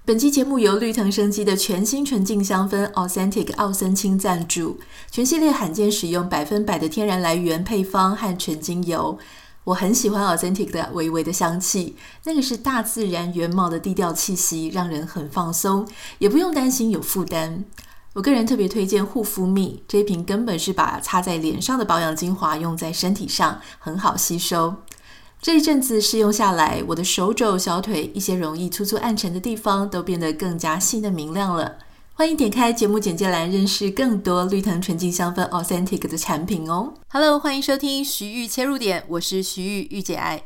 本期节目由绿藤生机的全新纯净香氛 Authentic 奥森清赞助，全系列罕见使用100%的天然来源配方和纯精油。我很喜欢 Authentic 的微微的香气，那个是大自然原貌的低调气息，让人很放松，也不用担心有负担。我个人特别推荐护肤蜜，这一瓶根本是把擦在脸上的保养精华用在身体上，很好吸收。这一阵子试用下来，我的手肘、小腿一些容易粗粗暗沉的地方都变得更加细嫩明亮了。欢迎点开节目简介栏认识更多绿藤纯净香氛 Authentic 的产品哦。Hello， 欢迎收听徐玉切入点，我是徐玉，玉姐爱。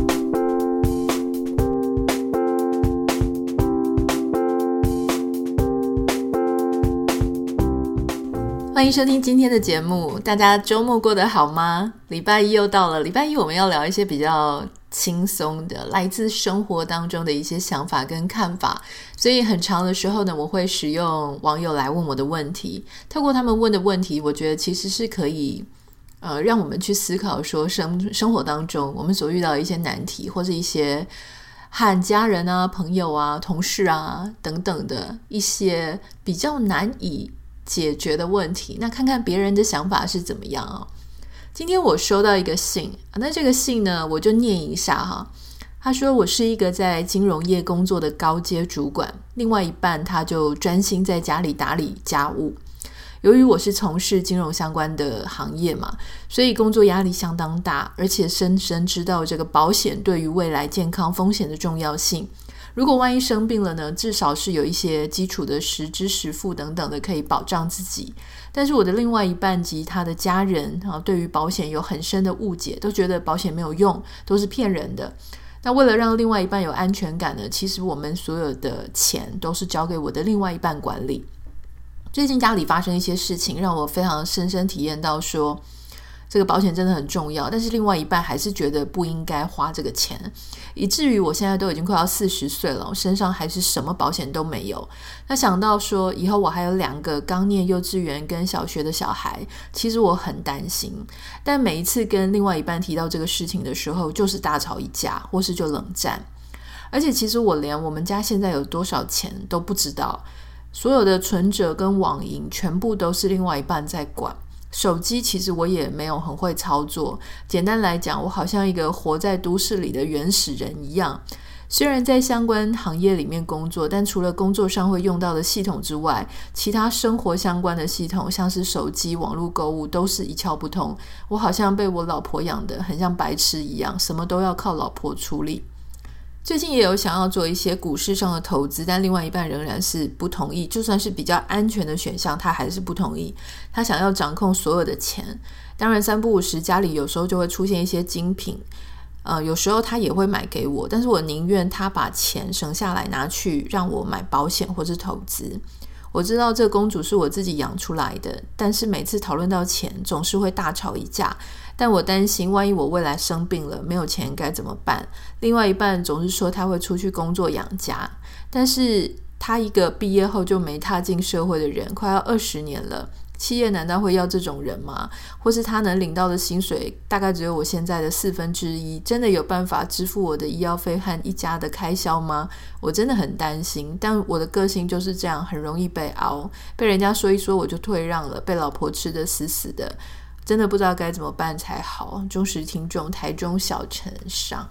欢迎收听今天的节目，大家周末过得好吗？礼拜一又到了，礼拜一我们要聊一些比较轻松的，来自生活当中的一些想法跟看法，所以很长的时候呢，我会使用网友来问我的问题，透过他们问的问题，我觉得其实是可以让我们去思考说生活当中我们所遇到的一些难题，或是一些和家人啊、朋友啊、同事啊等等的一些比较难以解决的问题，那看看别人的想法是怎么样啊。今天我收到一个信，那这个信呢，我就念一下哈。他说我是一个在金融业工作的高阶主管，另外一半他就专心在家里打理家务。由于我是从事金融相关的行业嘛，所以工作压力相当大，而且深深知道这个保险对于未来健康风险的重要性。如果万一生病了呢，至少是有一些基础的实支实付等等的可以保障自己。但是我的另外一半及他的家人对于保险有很深的误解，都觉得保险没有用，都是骗人的。那为了让另外一半有安全感呢，其实我们所有的钱都是交给我的另外一半管理。最近家里发生一些事情，让我非常深深体验到说这个保险真的很重要，但是另外一半还是觉得不应该花这个钱，以至于我现在都已经快要40岁了，我身上还是什么保险都没有。那想到说以后我还有2个刚念幼稚园跟小学的小孩，其实我很担心。但每一次跟另外一半提到这个事情的时候，就是大吵一架，或是就冷战。而且其实我连我们家现在有多少钱都不知道，所有的存折跟网银全部都是另外一半在管。手机其实我也没有很会操作，简单来讲，我好像一个活在都市里的原始人一样。虽然在相关行业里面工作，但除了工作上会用到的系统之外，其他生活相关的系统，像是手机、网络购物，都是一窍不通。我好像被我老婆养得很像白痴一样，什么都要靠老婆处理。最近也有想要做一些股市上的投资，但另外一半仍然是不同意，就算是比较安全的选项他还是不同意，他想要掌控所有的钱。当然3不5时家里有时候就会出现一些精品，有时候他也会买给我，但是我宁愿他把钱省下来拿去让我买保险或是投资。我知道这个公主是我自己养出来的，但是每次讨论到钱总是会大吵一架。但我担心万一我未来生病了没有钱该怎么办。另外一半总是说他会出去工作养家，但是他一个毕业后就没踏进社会的人，快要20年了，企业难道会要这种人吗？或是他能领到的薪水大概只有我现在的1/4，真的有办法支付我的医药费和一家的开销吗？我真的很担心，但我的个性就是这样，很容易被熬，被人家说一说我就退让了，被老婆吃得死死的，真的不知道该怎么办才好。忠实听众台中小陈上。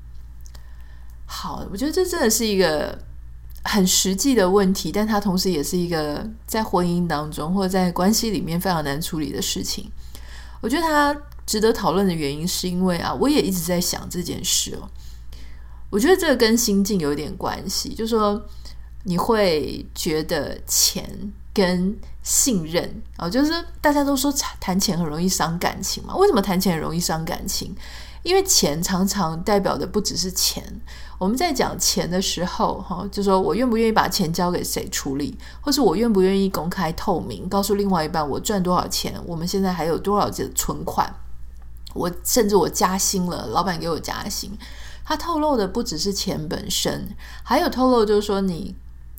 好，我觉得这真的是一个很实际的问题，但它同时也是一个在婚姻当中或者在关系里面非常难处理的事情。我觉得它值得讨论的原因是因为我也一直在想这件事哦。我觉得这个跟心境有点关系，就是说你会觉得钱跟信任就是大家都说谈钱很容易伤感情嘛。为什么谈钱很容易伤感情？因为钱常常代表的不只是钱。我们在讲钱的时候就是说我愿不愿意把钱交给谁处理，或是我愿不愿意公开透明告诉另外一半我赚多少钱，我们现在还有多少的存款，甚至我加薪了，老板给我加薪。他透露的不只是钱本身，还有透露就是说你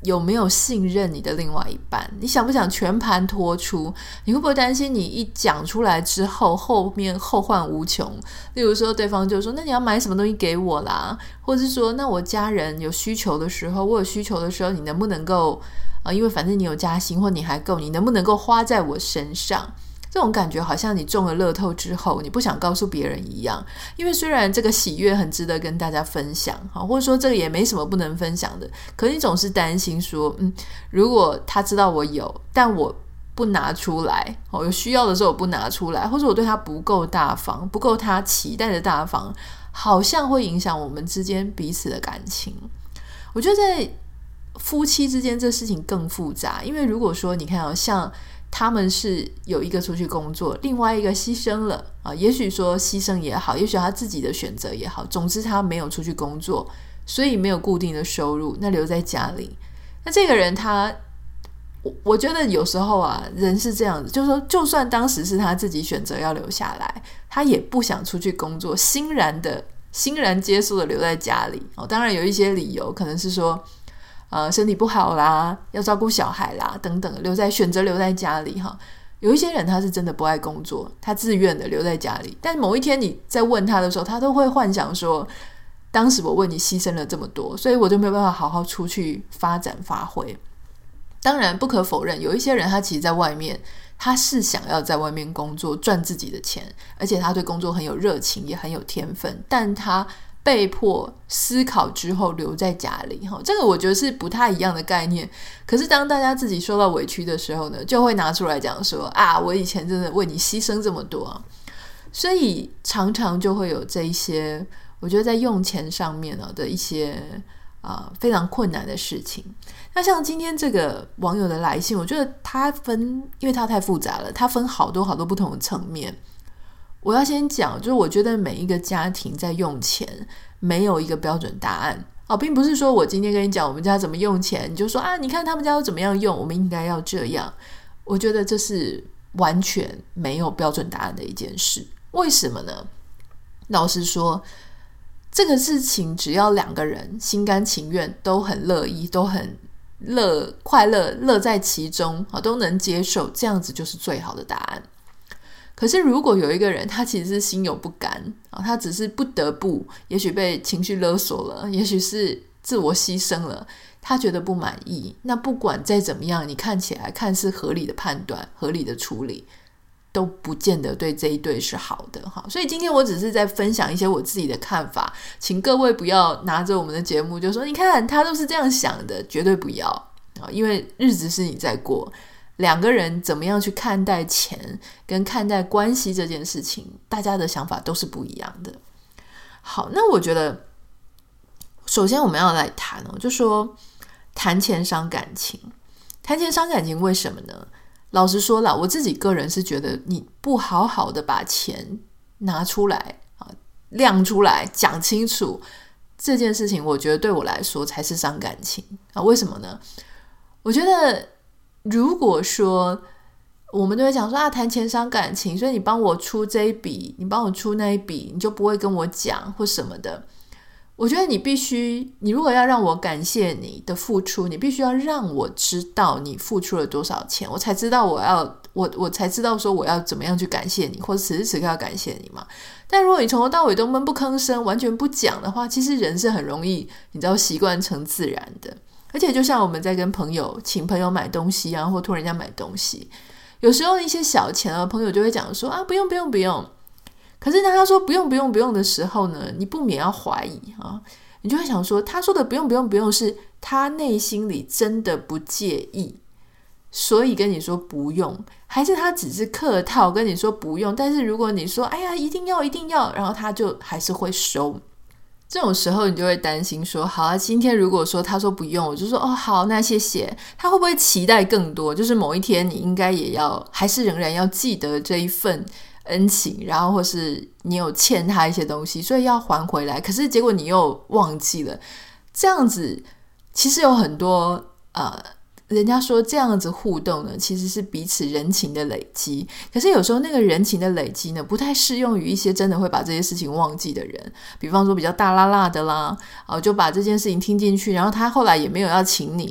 有没有信任你的另外一半？你想不想全盘托出？你会不会担心你一讲出来之后，后面后患无穷？例如说对方就说，那你要买什么东西给我啦？或者是说，那我家人有需求的时候，我有需求的时候，你能不能够因为反正你有加薪或你还够，你能不能够花在我身上？这种感觉好像你中了乐透之后你不想告诉别人一样，因为虽然这个喜悦很值得跟大家分享，或者说这个也没什么不能分享的，可是你总是担心说如果他知道我有但我不拿出来，有需要的时候我不拿出来，或者我对他不够大方，不够他期待的大方，好像会影响我们之间彼此的感情。我觉得在夫妻之间这事情更复杂，因为如果说你看像他们是有一个出去工作，另外一个牺牲了也许说牺牲也好，也许他自己的选择也好，总之他没有出去工作，所以没有固定的收入，那留在家里。那这个人我觉得有时候人是这样子，就是说就算当时是他自己选择要留下来，他也不想出去工作，欣然接受的留在家里当然有一些理由，可能是说身体不好啦，要照顾小孩啦等等，选择留在家里有一些人他是真的不爱工作，他自愿的留在家里，但某一天你在问他的时候，他都会幻想说，当时我为你牺牲了这么多，所以我就没有办法好好出去发展发挥。当然不可否认，有一些人他其实在外面，他是想要在外面工作赚自己的钱，而且他对工作很有热情也很有天分，但他被迫思考之后留在家里，这个我觉得是不太一样的概念。可是当大家自己受到委屈的时候呢，就会拿出来讲说我以前真的为你牺牲这么多所以常常就会有这一些我觉得在用钱上面的一些非常困难的事情。那像今天这个网友的来信，我觉得因为它太复杂了，它分好多好多不同的层面。我要先讲，就是我觉得每一个家庭在用钱没有一个标准答案并不是说我今天跟你讲我们家怎么用钱，你就说你看他们家都怎么样用，我们应该要这样。我觉得这是完全没有标准答案的一件事。为什么呢？老实说，这个事情只要两个人心甘情愿，都很乐意，都很快乐，乐在其中都能接受，这样子就是最好的答案。可是如果有一个人他其实是心有不甘他只是不得不，也许被情绪勒索了，也许是自我牺牲了，他觉得不满意，那不管再怎么样，你看起来看似合理的判断，合理的处理，都不见得对这一对是好的所以今天我只是在分享一些我自己的看法，请各位不要拿着我们的节目就说你看他都是这样想的，绝对不要因为日子是你在过，两个人怎么样去看待钱跟看待关系这件事情，大家的想法都是不一样的。好，那我觉得首先我们要来谈就说谈钱伤感情。谈钱伤感情为什么呢？老实说啦，我自己个人是觉得你不好好的把钱拿出来亮出来讲清楚，这件事情我觉得对我来说才是伤感情为什么呢？我觉得如果说我们都会讲说谈钱伤感情，所以你帮我出这一笔，你帮我出那一笔，你就不会跟我讲或什么的。我觉得你如果要让我感谢你的付出，你必须要让我知道你付出了多少钱，我才知道我才知道说我要怎么样去感谢你，或者此时此刻要感谢你嘛。但如果你从头到尾都闷不吭声，完全不讲的话，其实人是很容易你知道习惯成自然的。而且就像我们在跟请朋友买东西或托人家买东西，有时候一些小钱朋友就会讲说不用不用不用。可是当他说不用不用不用的时候呢，你不免要怀疑你就会想说他说的不用不用不用是他内心里真的不介意，所以跟你说不用，还是他只是客套跟你说不用，但是如果你说一定要一定要，然后他就还是会收。这种时候你就会担心说好今天如果说他说不用，我就说好那谢谢，他会不会期待更多，就是某一天你应该也要还是仍然要记得这一份恩情，然后或是你有欠他一些东西，所以要还回来，可是结果你又忘记了。这样子其实有很多人家说这样子互动呢，其实是彼此人情的累积，可是有时候那个人情的累积呢，不太适用于一些真的会把这些事情忘记的人。比方说比较大辣辣的啦就把这件事情听进去，然后他后来也没有要请你，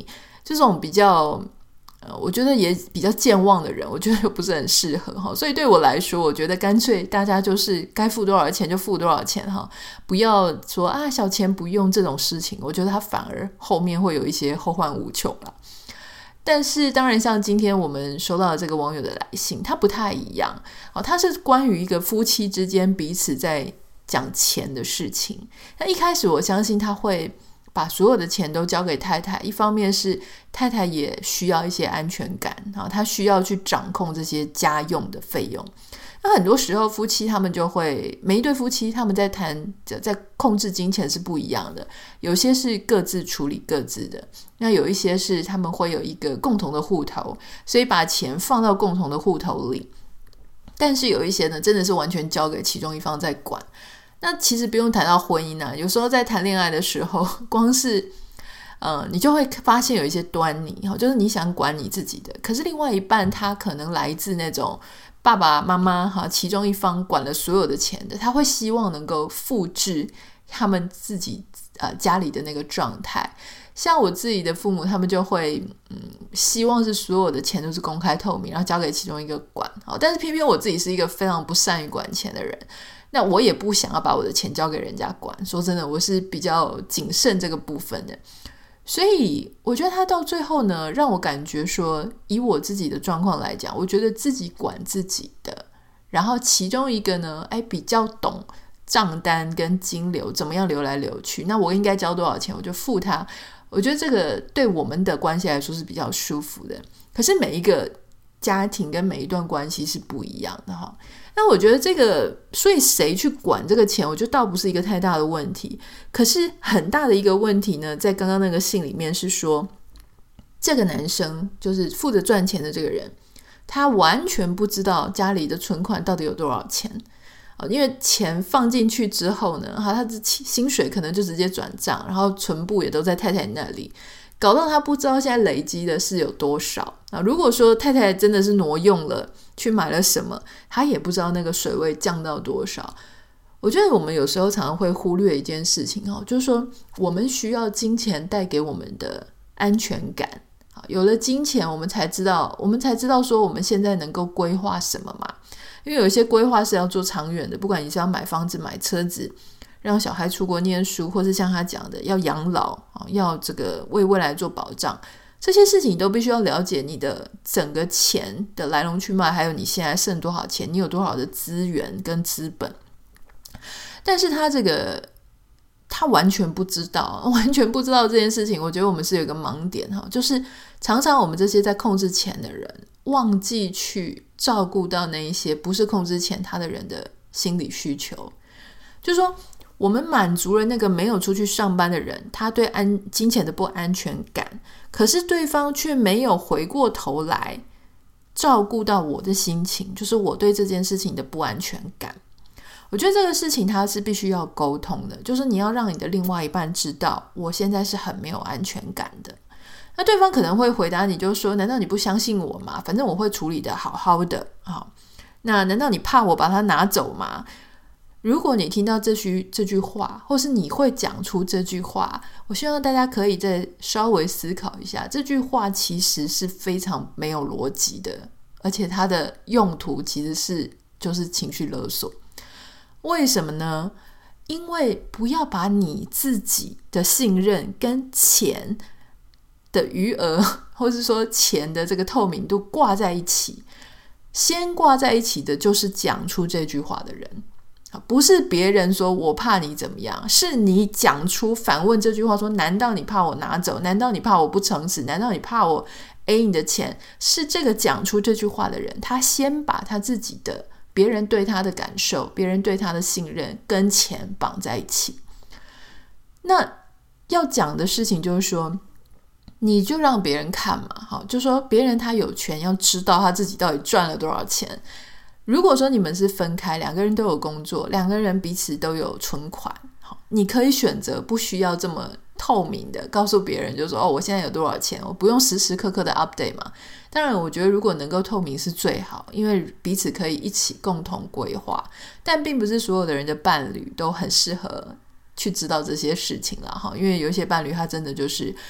这种比较我觉得也比较健忘的人，我觉得又不是很适合所以对我来说，我觉得干脆大家就是该付多少钱就付多少钱不要说啊小钱不用这种事情，我觉得它反而后面会有一些后患无穷啦。但是当然像今天我们收到的这个网友的来信，它不太一样它是关于一个夫妻之间彼此在讲钱的事情。那一开始我相信他会把所有的钱都交给太太，一方面是太太也需要一些安全感她需要去掌控这些家用的费用。那很多时候夫妻他们就会，每一对夫妻他们在控制金钱是不一样的，有些是各自处理各自的，那有一些是他们会有一个共同的户头，所以把钱放到共同的户头里。但是有一些呢真的是完全交给其中一方在管。那其实不用谈到婚姻有时候在谈恋爱的时候，光是你就会发现有一些端倪就是你想管你自己的，可是另外一半他可能来自那种爸爸妈妈其中一方管了所有的钱的，他会希望能够复制他们自己家里的那个状态。像我自己的父母，他们就会希望是所有的钱都是公开透明，然后交给其中一个管但是偏偏我自己是一个非常不善于管钱的人，那我也不想要把我的钱交给人家管，说真的我是比较谨慎这个部分的。所以我觉得他到最后呢，让我感觉说以我自己的状况来讲，我觉得自己管自己的，然后其中一个呢比较懂账单跟金流怎么样流来流去，那我应该交多少钱我就付他，我觉得这个对我们的关系来说是比较舒服的。可是每一个家庭跟每一段关系是不一样的那我觉得这个，所以谁去管这个钱，我觉得倒不是一个太大的问题。可是很大的一个问题呢，在刚刚那个信里面是说，这个男生就是负责赚钱的这个人，他完全不知道家里的存款到底有多少钱因为钱放进去之后呢，他的薪水可能就直接转账，然后存部也都在太太那里，搞到他不知道现在累积的是有多少如果说太太真的是挪用了去买了什么，他也不知道那个水位降到多少。我觉得我们有时候常常会忽略一件事情就是说我们需要金钱带给我们的安全感有了金钱我们才知道说我们现在能够规划什么嘛。因为有一些规划是要做长远的，不管你是要买房子买车子，让小孩出国念书，或是像他讲的要养老要这个为未来做保障，这些事情你都必须要了解你的整个钱的来龙去脉，还有你现在剩多少钱，你有多少的资源跟资本。但是他完全不知道这件事情。我觉得我们是有一个盲点就是常常我们这些在控制钱的人忘记去照顾到那一些不是控制钱他的人的心理需求。就是说我们满足了那个没有出去上班的人他对金钱的不安全感，可是对方却没有回过头来照顾到我的心情，就是我对这件事情的不安全感。我觉得这个事情它是必须要沟通的，就是你要让你的另外一半知道我现在是很没有安全感的。那对方可能会回答你就说，难道你不相信我吗？反正我会处理的好好的那难道你怕我把它拿走吗？如果你听到这句话，或是你会讲出这句话，我希望大家可以再稍微思考一下，这句话其实是非常没有逻辑的，而且它的用途其实就是情绪勒索。为什么呢？因为不要把你自己的信任跟钱的余额，或是说钱的这个透明度挂在一起，先挂在一起的就是讲出这句话的人，不是别人说我怕你怎么样，是你讲出反问这句话说，难道你怕我拿走？难道你怕我不诚实？难道你怕我 A 你的钱？是这个讲出这句话的人，他先把他自己的别人对他的感受，别人对他的信任跟钱绑在一起。那要讲的事情就是说，你就让别人看嘛，就说别人他有权要知道他自己到底赚了多少钱。如果说你们是分开，两个人都有工作，两个人彼此都有存款，你可以选择不需要这么透明的告诉别人，就说我现在有多少钱，我不用时时刻刻的 update 嘛。当然我觉得如果能够透明是最好，因为彼此可以一起共同规划，但并不是所有的人的伴侣都很适合去知道这些事情啦，因为有一些伴侣他真的就是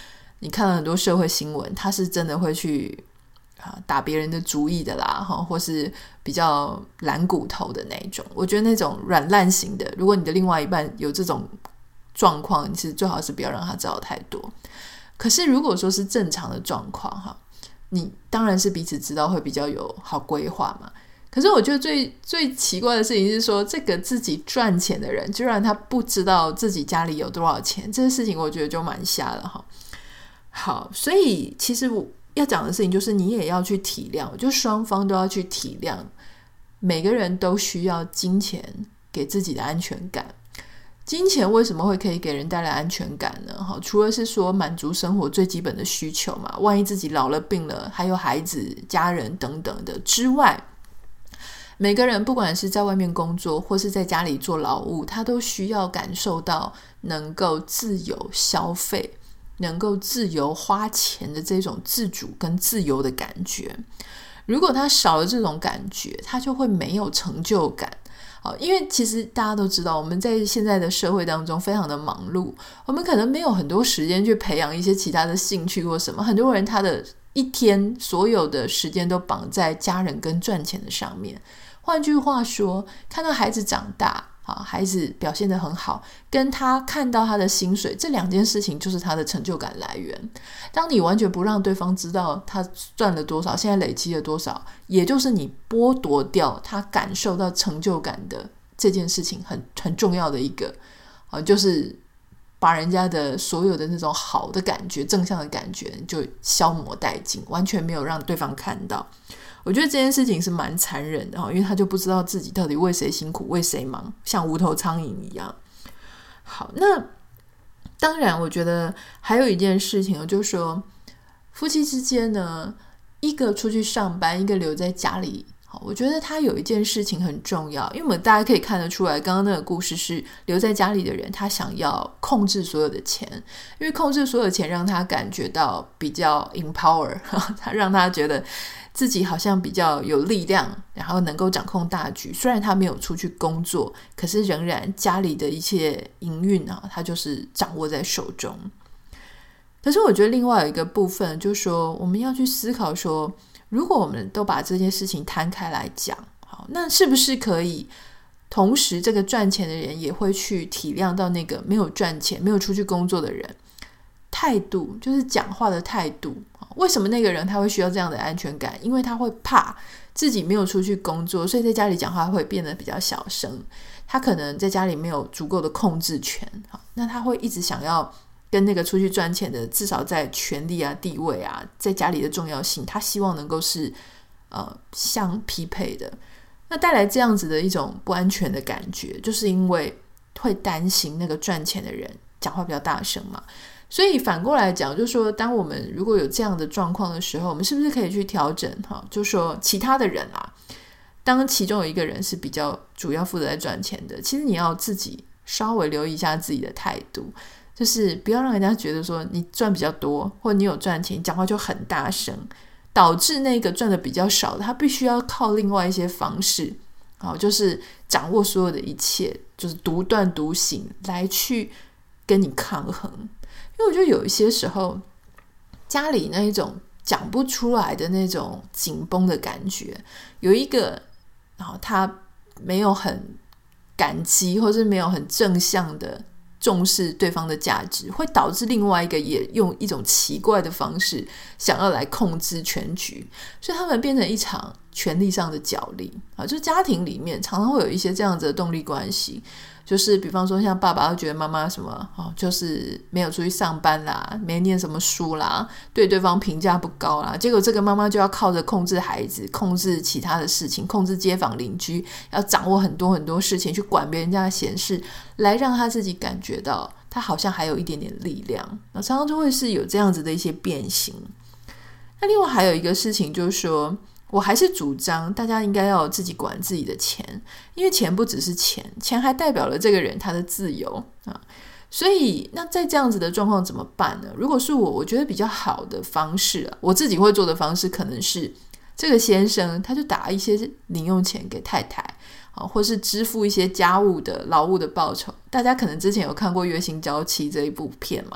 你看了很多社会新闻，他是真的会去打别人的主意的啦，或是比较懒骨头的那一种。我觉得那种软烂型的，如果你的另外一半有这种状况，你是最好是不要让他知道太多。可是如果说是正常的状况，你当然是彼此知道会比较有好规划嘛。可是我觉得最奇怪的事情是说，这个自己赚钱的人居然他不知道自己家里有多少钱，这个事情我觉得就蛮瞎了哈。好，所以其实我要讲的事情就是你也要去体谅，就双方都要去体谅，每个人都需要金钱给自己的安全感。金钱为什么会可以给人带来安全感呢？除了是说满足生活最基本的需求嘛，万一自己老了病了，还有孩子家人等等的之外，每个人不管是在外面工作或是在家里做劳务，他都需要感受到能够自由消费，能够自由花钱的这种自主跟自由的感觉。如果他少了这种感觉，他就会没有成就感。因为其实大家都知道，我们在现在的社会当中非常的忙碌，我们可能没有很多时间去培养一些其他的兴趣或什么。很多人他的一天所有的时间都绑在家人跟赚钱的上面。换句话说，看到孩子长大，孩子表现得很好，跟他看到他的薪水，这两件事情就是他的成就感来源。当你完全不让对方知道他赚了多少，现在累积了多少，也就是你剥夺掉他感受到成就感的这件事情很重要的一个，就是把人家的所有的那种好的感觉，正向的感觉就消磨殆尽，完全没有让对方看到。我觉得这件事情是蛮残忍的，因为他就不知道自己到底为谁辛苦为谁忙，像无头苍蝇一样。好，那当然我觉得还有一件事情，就是说夫妻之间呢，一个出去上班，一个留在家里。我觉得他有一件事情很重要，因为我们大家可以看得出来，刚刚那个故事是留在家里的人，他想要控制所有的钱，因为控制所有的钱让他感觉到比较 empower， 他让他觉得自己好像比较有力量，然后能够掌控大局。虽然他没有出去工作，可是仍然家里的一切营运他就是掌握在手中。可是我觉得另外有一个部分，就是说我们要去思考说，如果我们都把这件事情摊开来讲，好，那是不是可以同时这个赚钱的人也会去体谅到那个没有赚钱没有出去工作的人态度，就是讲话的态度。为什么那个人他会需要这样的安全感？因为他会怕自己没有出去工作，所以在家里讲话会变得比较小声，他可能在家里没有足够的控制权，那他会一直想要跟那个出去赚钱的，至少在权力啊地位啊在家里的重要性，他希望能够是相匹配的。那带来这样子的一种不安全的感觉，就是因为会担心那个赚钱的人讲话比较大声嘛。所以反过来讲，就是说当我们如果有这样的状况的时候，我们是不是可以去调整就是说其他的人当其中有一个人是比较主要负责在赚钱的，其实你要自己稍微留意一下自己的态度，就是不要让人家觉得说你赚比较多，或你有赚钱讲话就很大声，导致那个赚的比较少的他必须要靠另外一些方式就是掌握所有的一切，就是独断独行来去跟你抗衡。因为我觉得有一些时候家里那一种讲不出来的那种紧绷的感觉，有一个他没有很感激或是没有很正向的重视对方的价值，会导致另外一个也用一种奇怪的方式想要来控制全局，所以他们变成一场权力上的角力就家庭里面常常会有一些这样子的动力关系，就是比方说像爸爸会觉得妈妈什么就是没有出去上班啦，没念什么书啦，对对方评价不高啦，结果这个妈妈就要靠着控制孩子，控制其他的事情，控制街坊邻居，要掌握很多很多事情，去管别人家的闲事，来让他自己感觉到他好像还有一点点力量。那常常就会是有这样子的一些变形。那另外还有一个事情就是说，我还是主张大家应该要自己管自己的钱，因为钱不只是钱，钱还代表了这个人他的自由所以那在这样子的状况怎么办呢？如果是我觉得比较好的方式我自己会做的方式可能是，这个先生他就打一些零用钱给太太或是支付一些家务的劳务的报酬。大家可能之前有看过《月薪娇妻》这一部片嘛，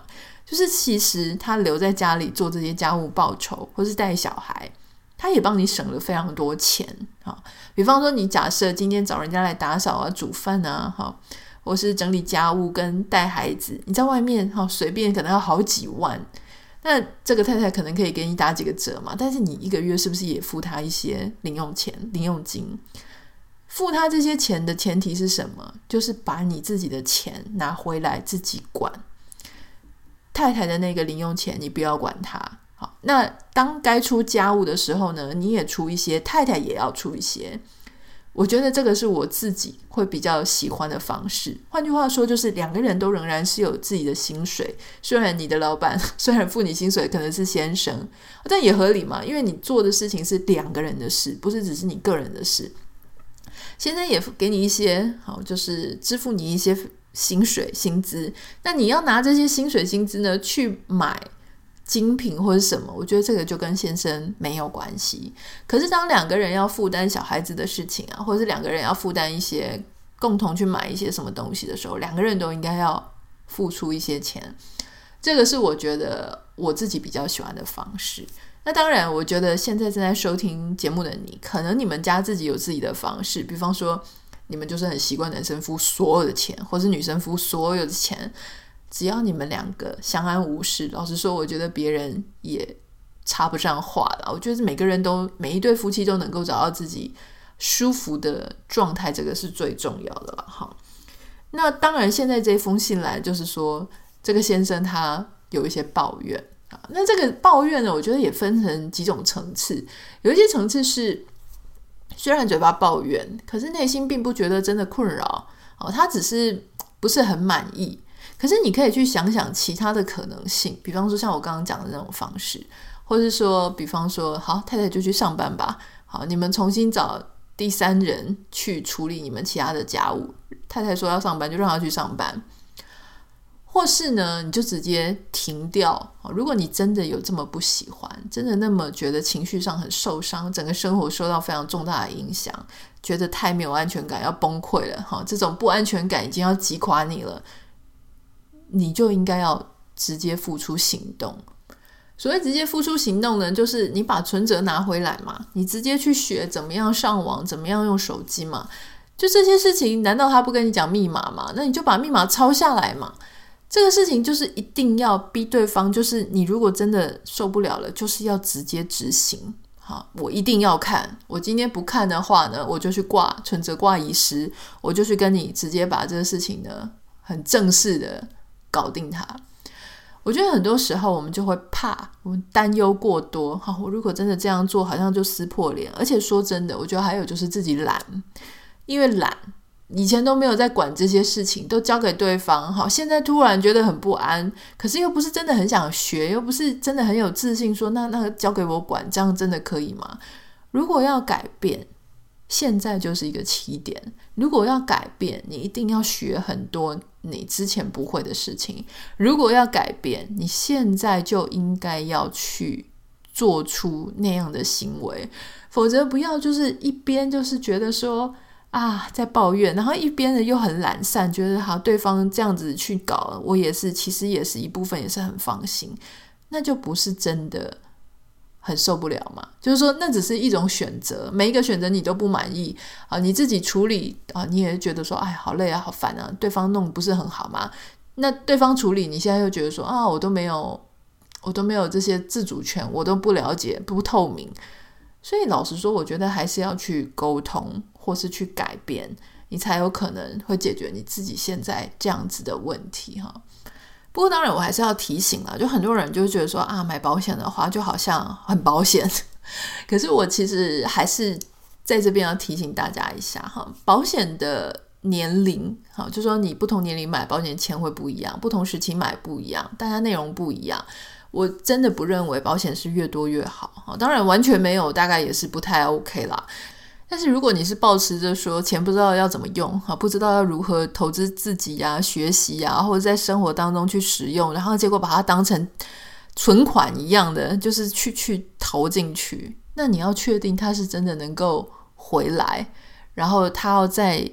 就是其实他留在家里做这些家务报酬，或是带小孩，他也帮你省了非常多钱。比方说你假设今天找人家来打扫啊、煮饭啊，或是整理家务跟带孩子，你在外面随便可能要好几万，那这个太太可能可以给你打几个折嘛，但是你一个月是不是也付他一些零用钱、零用金？付他这些钱的前提是什么？就是把你自己的钱拿回来自己管。太太的那个零用钱你不要管他。好，那当该出家务的时候呢，你也出一些，太太也要出一些。我觉得这个是我自己会比较喜欢的方式。换句话说，就是两个人都仍然是有自己的薪水，虽然你的老板虽然付你薪水可能是先生，但也合理嘛，因为你做的事情是两个人的事，不是只是你个人的事。先生也给你一些，就是支付你一些薪水薪资，那你要拿这些薪水薪资呢去买精品或是什么，我觉得这个就跟先生没有关系。可是当两个人要负担小孩子的事情啊，或者是两个人要负担一些共同去买一些什么东西的时候，两个人都应该要付出一些钱。这个是我觉得我自己比较喜欢的方式。那当然我觉得现在正在收听节目的你，可能你们家自己有自己的方式，比方说你们就是很习惯男生付所有的钱，或是女生付所有的钱，只要你们两个相安无事，老实说我觉得别人也插不上话了。我觉得每一对夫妻都能够找到自己舒服的状态，这个是最重要的了。那当然现在这封信来就是说这个先生他有一些抱怨，那这个抱怨呢，我觉得也分成几种层次。有一些层次是虽然嘴巴抱怨，可是内心并不觉得真的困扰，他只是不是很满意。可是你可以去想想其他的可能性，比方说像我刚刚讲的那种方式，或是说比方说好，太太就去上班吧，好，你们重新找第三人去处理你们其他的家务，太太说要上班就让她去上班。或是呢你就直接停掉，如果你真的有这么不喜欢，真的那么觉得情绪上很受伤，整个生活受到非常重大的影响，觉得太没有安全感要崩溃了，这种不安全感已经要击垮你了，你就应该要直接付出行动。所谓直接付出行动呢，就是你把存折拿回来嘛，你直接去学怎么样上网，怎么样用手机嘛，就这些事情难道他不跟你讲密码吗？那你就把密码抄下来嘛。这个事情就是一定要逼对方，就是你如果真的受不了了，就是要直接执行。好，我一定要看，我今天不看的话呢，我就去挂存折挂遗失，我就去跟你直接把这个事情呢很正式的搞定它。我觉得很多时候我们就会怕，我们担忧过多，我如果真的这样做好像就撕破脸。而且说真的，我觉得还有就是自己懒，因为懒以前都没有在管这些事情，都交给对方，好，现在突然觉得很不安，可是又不是真的很想学，又不是真的很有自信说那个交给我管，这样真的可以吗？如果要改变，现在就是一个起点。如果要改变，你一定要学很多你之前不会的事情。如果要改变，你现在就应该要去做出那样的行为，否则不要就是一边就是觉得说在抱怨，然后一边的又很懒散，觉得好对方这样子去搞，我也是，其实也是一部分也是很放心，那就不是真的很受不了嘛。就是说那只是一种选择，每一个选择你都不满意你自己处理你也觉得说好累啊，好烦啊，对方弄不是很好嘛，那对方处理你现在又觉得说我都没有这些自主权，我都不了解不透明。所以老实说，我觉得还是要去沟通或是去改变，你才有可能会解决你自己现在这样子的问题不过当然我还是要提醒啦，就很多人就觉得说买保险的话就好像很保险可是我其实还是在这边要提醒大家一下保险的年龄就说你不同年龄买保险签会不一样，不同时期买不一样，大家内容不一样。我真的不认为保险是越多越好，当然完全没有大概也是不太 OK 啦。但是如果你是抱持着说钱不知道要怎么用，不知道要如何投资自己学习或者在生活当中去使用，然后结果把它当成存款一样的就是去投进去，那你要确定它是真的能够回来，然后它要在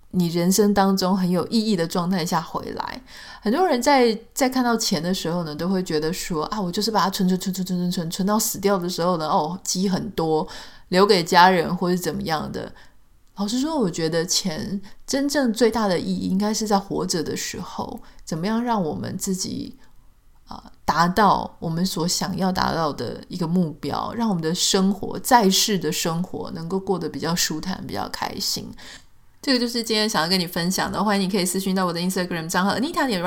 你人生当中很有意义的状态下回来。很多人在看到钱的时候呢，都会觉得说啊，我就是把它存到死掉的时候呢，积很多留给家人或是怎么样的。老实说，我觉得钱真正最大的意义应该是在活着的时候，怎么样让我们自己达到我们所想要达到的一个目标，让我们的生活在世的生活能够过得比较舒坦比较开心。这个就是今天想要跟你分享的，欢迎你可以私讯到我的 Instagram 账号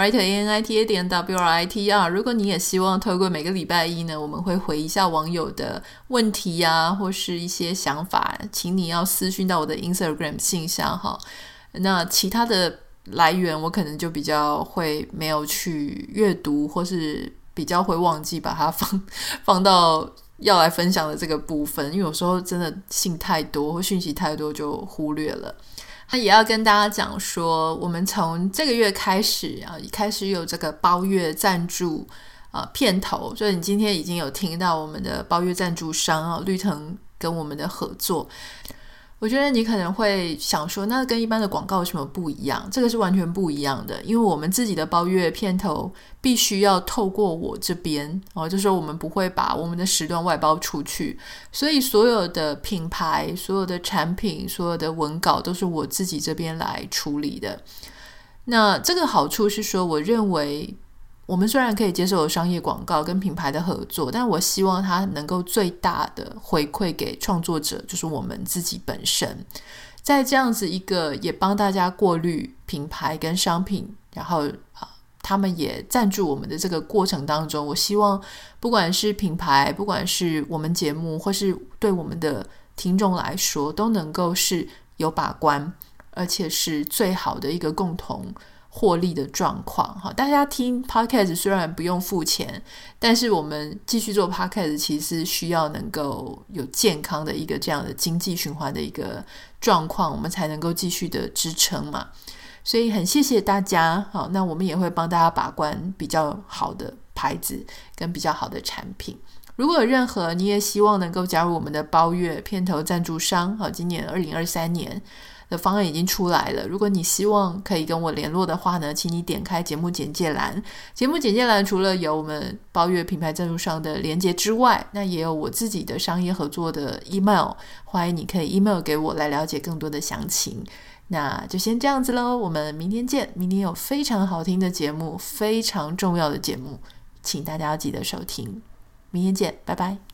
Anita.Writer，ANITA.WRITER。 如果你也希望透过每个礼拜一呢，我们会回一下网友的问题啊，或是一些想法，请你要私讯到我的 Instagram 信箱哈。那其他的来源我可能就比较会没有去阅读，或是比较会忘记把它放到要来分享的这个部分，因为有时候真的信太多或讯息太多就忽略了。那也要跟大家讲说，我们从这个月开始有这个包月赞助片头，所以你今天已经有听到我们的包月赞助商绿藤跟我们的合作。我觉得你可能会想说，那跟一般的广告有什么不一样？这个是完全不一样的，因为我们自己的包月片头必须要透过我这边就是说我们不会把我们的时段外包出去，所以所有的品牌、所有的产品、所有的文稿都是我自己这边来处理的。那这个好处是说，我认为我们虽然可以接受有商业广告跟品牌的合作，但我希望它能够最大的回馈给创作者，就是我们自己本身。在这样子一个也帮大家过滤品牌跟商品，然后他们也赞助我们的这个过程当中，我希望不管是品牌，不管是我们节目，或是对我们的听众来说，都能够是有把关，而且是最好的一个共同获利的状况。大家听 podcast 虽然不用付钱，但是我们继续做 podcast 其实需要能够有健康的一个这样的经济循环的一个状况，我们才能够继续的支撑嘛。所以很谢谢大家。好，那我们也会帮大家把关比较好的牌子跟比较好的产品。如果有任何你也希望能够加入我们的包月片头赞助商，今年2023年的方案已经出来了。如果你希望可以跟我联络的话呢，请你点开节目简介栏。节目简介栏除了有我们包月品牌赞助商的连结之外，那也有我自己的商业合作的 email， 欢迎你可以 email 给我来了解更多的详情。那就先这样子咯，我们明天见。明天有非常好听的节目，非常重要的节目，请大家要记得收听。明天见，拜拜。